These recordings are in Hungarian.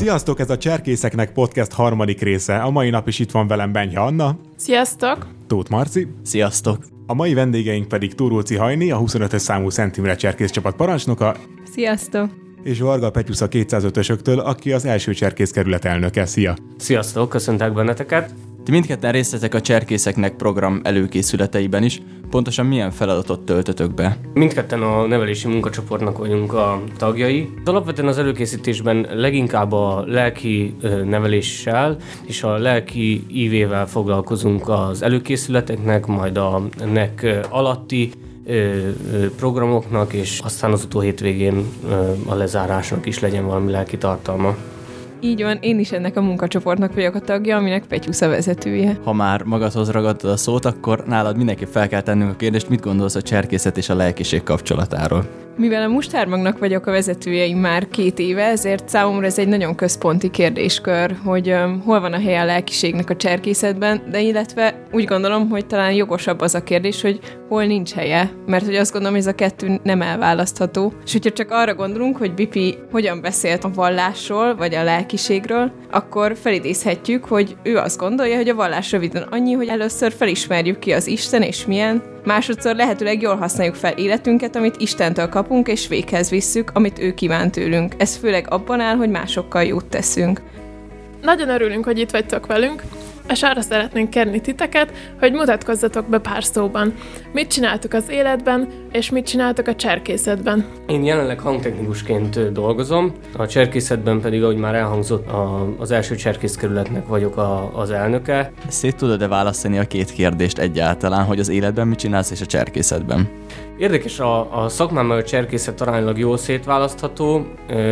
Sziasztok, ez a Cserkészeknek podcast harmadik része. A mai nap is itt van velem Benyha Anna. Sziasztok! Tóth Marci. Sziasztok! A mai vendégeink pedig Turulci Hajni, a 25-ös számú Szent Imre cserkészcsapat parancsnoka. Sziasztok! És Varga Petyusz a 205-ösöktől, aki az első cserkészkerület elnöke. Szia! Sziasztok, köszöntök benneteket! Ti mindketten részt vettek a Cserkészeknek program előkészületeiben is. Pontosan milyen feladatot töltötök be? Mindketten a nevelési munkacsoportnak vagyunk a tagjai. Alapvetően az előkészítésben leginkább a lelki neveléssel és a lelki ívével foglalkozunk az előkészületeknek, majd a nek alatti programoknak, és aztán az hétvégén a lezárásnak is legyen valami lelki tartalma. Így van, én is ennek a munkacsoportnak vagyok a tagja, aminek Petyusz a vezetője. Ha már magadhoz ragadtad a szót, akkor nálad mindenképp fel kell tennünk a kérdést, mit gondolsz a cserkészet és a lelkiség kapcsolatáról? Mivel a Mustármagnak vagyok a vezetője már 2 éve, ezért számomra ez egy nagyon központi kérdéskör, hogy hol van a helye a lelkiségnek a cserkészetben, de illetve úgy gondolom, hogy talán jogosabb az a kérdés, hogy hol nincs helye, mert hogy azt gondolom, hogy ez a kettő nem elválasztható. És hogyha csak arra gondolunk, hogy Bipi hogyan beszélt a vallásról, vagy a lelkiségről, akkor felidézhetjük, hogy ő azt gondolja, hogy a vallás röviden annyi, hogy először felismerjük ki az Isten és milyen, másodszor lehetőleg jól használjuk fel életünket, amit Istentől kapunk, és véghez visszük, amit ő kíván tőlünk. Ez főleg abban áll, hogy másokkal jót teszünk. Nagyon örülünk, hogy itt vagytok velünk, és arra szeretnénk kérni titeket, hogy mutatkozzatok be pár szóban. Mit csináltok az életben, és mit csináltok a cserkészetben? Én jelenleg hangtechnikusként dolgozom, a cserkészetben pedig, ahogy már elhangzott, az első cserkészkerületnek vagyok az elnöke. Szét tudod-e választani a 2 kérdést egyáltalán, hogy az életben mit csinálsz és a cserkészetben? Érdekes, a szakmám meg a cserkészet aránylag jól szétválasztható.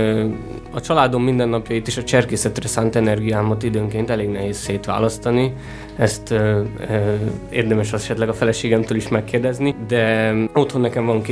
A családom mindennapjait és a cserkészetre szánt energiámat időnként elég nehéz szétválasztani. Ezt érdemes esetleg a feleségemtől is megkérdezni, de otthon nekem van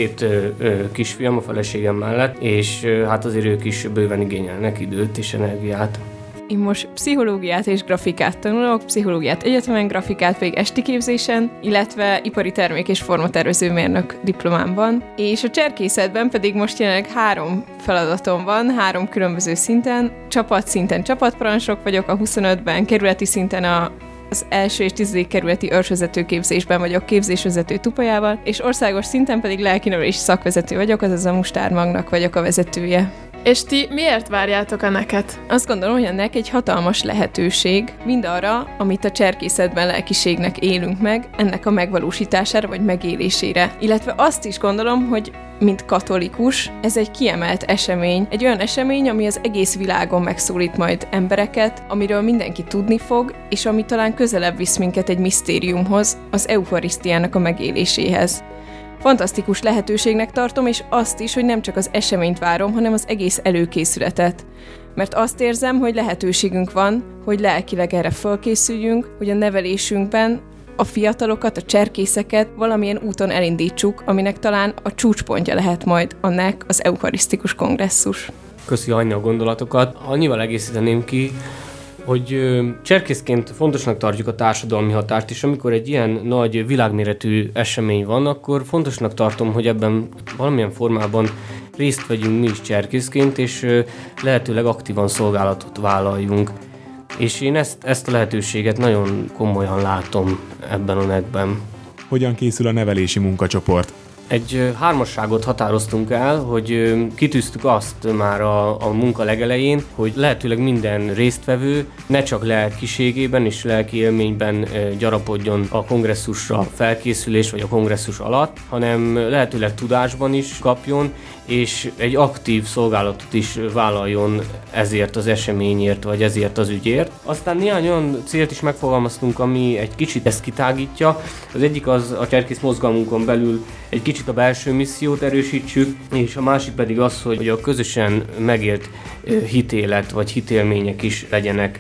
2 kisfiam a feleségem mellett, és hát azért ők is bőven igényelnek időt és energiát. Én most pszichológiát és grafikát tanulok, pszichológiát egyetemen, grafikát pedig esti képzésen, illetve ipari termék- és formatervező mérnök diplomám van, és a cserkészetben pedig most jelenleg 3 feladatom van, 3 különböző szinten. Csapatszinten csapatparancsnok vagyok, a 25-ben kerületi szinten az első és 10. kerületi őrsvezető képzésben vagyok képzésvezető tupajával, és országos szinten pedig lelkinevelési szakvezető vagyok, azaz a Mustármagnak vagyok a vezetője. És ti miért várjátok a neket? Azt gondolom, hogy a nek egy hatalmas lehetőség mindarra, amit a cserkészetben lelkiségnek élünk meg, ennek a megvalósítására vagy megélésére. Illetve azt is gondolom, hogy mint katolikus, ez egy kiemelt esemény. Egy olyan esemény, ami az egész világon megszólít majd embereket, amiről mindenki tudni fog, és ami talán közelebb visz minket egy misztériumhoz, az eufarisztiának a megéléséhez. Fantasztikus lehetőségnek tartom, és azt is, hogy nem csak az eseményt várom, hanem az egész előkészületet. Mert azt érzem, hogy lehetőségünk van, hogy lelkileg erre fölkészüljünk, hogy a nevelésünkben a fiatalokat, a cserkészeket valamilyen úton elindítsuk, aminek talán a csúcspontja lehet majd annak az eucharisztikus kongresszus. Köszi Hajni a gondolatokat. Annyival egészíteném ki, hogy cserkészként fontosnak tartjuk a társadalmi hatást, és amikor egy ilyen nagy világméretű esemény van, akkor fontosnak tartom, hogy ebben valamilyen formában részt vegyünk mi is cserkészként, és lehetőleg aktívan szolgálatot vállaljunk. És én ezt a lehetőséget nagyon komolyan látom ebben a nekben. Hogyan készül a nevelési munkacsoport? Egy 3-asságot határoztunk el, hogy kitűztük azt már a munka legelején, hogy lehetőleg minden résztvevő ne csak lelkiségében és lelki élményben gyarapodjon a kongresszusra felkészülés vagy a kongresszus alatt, hanem lehetőleg tudásban is kapjon, és egy aktív szolgálatot is vállaljon ezért az eseményért, vagy ezért az ügyért. Aztán néhány olyan célt is megfogalmaztunk, ami egy kicsit ezt kitágítja. Az egyik az a cserkész mozgalmunkon belül egy kicsit a belső missziót erősítsük, és a másik pedig az, hogy a közösen megélt hitélet vagy hitélmények is legyenek.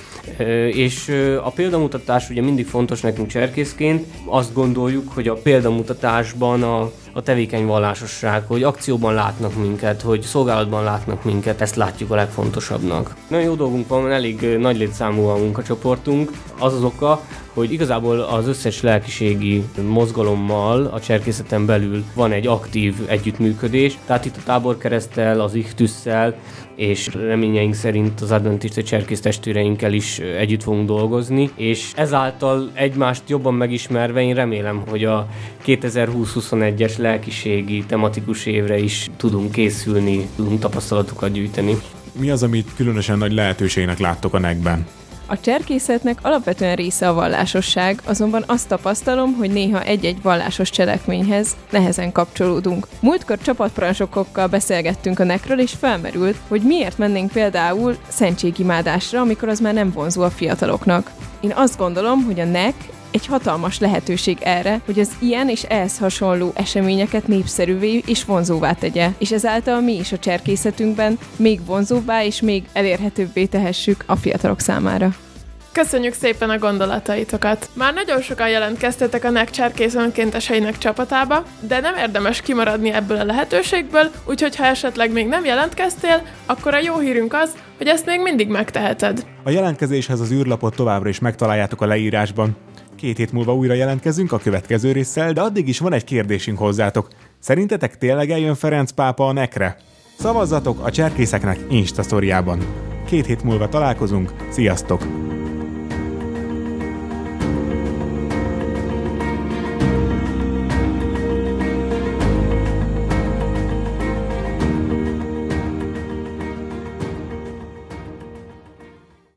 És a példamutatás ugye mindig fontos nekünk cserkészként. Azt gondoljuk, hogy a példamutatásban a tevékeny vallásosság, hogy akcióban látnak minket, hogy szolgálatban látnak minket, ezt látjuk a legfontosabbnak. Nagyon jó dolgunk van, elég nagy létszámú a munkacsoportunk, az oka, hogy igazából az összes lelkiségi mozgalommal a cserkészeten belül van egy aktív együttműködés, tehát itt a Táborkereszttel, az Ichtüsszel, és reményeink szerint az adventista cserkész testvéreinkkel is együtt fogunk dolgozni, és ezáltal egymást jobban megismerve én remélem, hogy a 2020-21-es lelkiségi tematikus évre is tudunk készülni, tudunk tapasztalatokat gyűjteni. Mi az, amit különösen nagy lehetőségnek láttok a NEK-ben? A cserkészetnek alapvetően része a vallásosság, azonban azt tapasztalom, hogy néha egy-egy vallásos cselekményhez nehezen kapcsolódunk. Múltkor csapatparancsnokokkal beszélgettünk a NEK-ről, és felmerült, hogy miért mennénk például szentségimádásra, amikor az már nem vonzó a fiataloknak. Én azt gondolom, hogy a NEK egy hatalmas lehetőség erre, hogy az ilyen és ehhez hasonló eseményeket népszerűvé és vonzóvá tegye, és ezáltal mi is a cserkészetünkben még vonzóbbá és még elérhetőbbé tehessük a fiatalok számára. Köszönjük szépen a gondolataitokat! Már nagyon sokan jelentkeztetek a NEK cserkész önkénteseinek csapatába, de nem érdemes kimaradni ebből a lehetőségből, úgyhogy ha esetleg még nem jelentkeztél, akkor a jó hírünk az, hogy ezt még mindig megteheted. A jelentkezéshez az űrlapot továbbra is megtaláljátok a leírásban. 2 hét múlva újra jelentkezünk a következő résszel, de addig is van egy kérdésünk hozzátok. Szerintetek tényleg eljön Ferenc pápa a NEK-re? Szavazzatok a Cserkészeknek Insta sztoriában. 2 hét múlva találkozunk, sziasztok!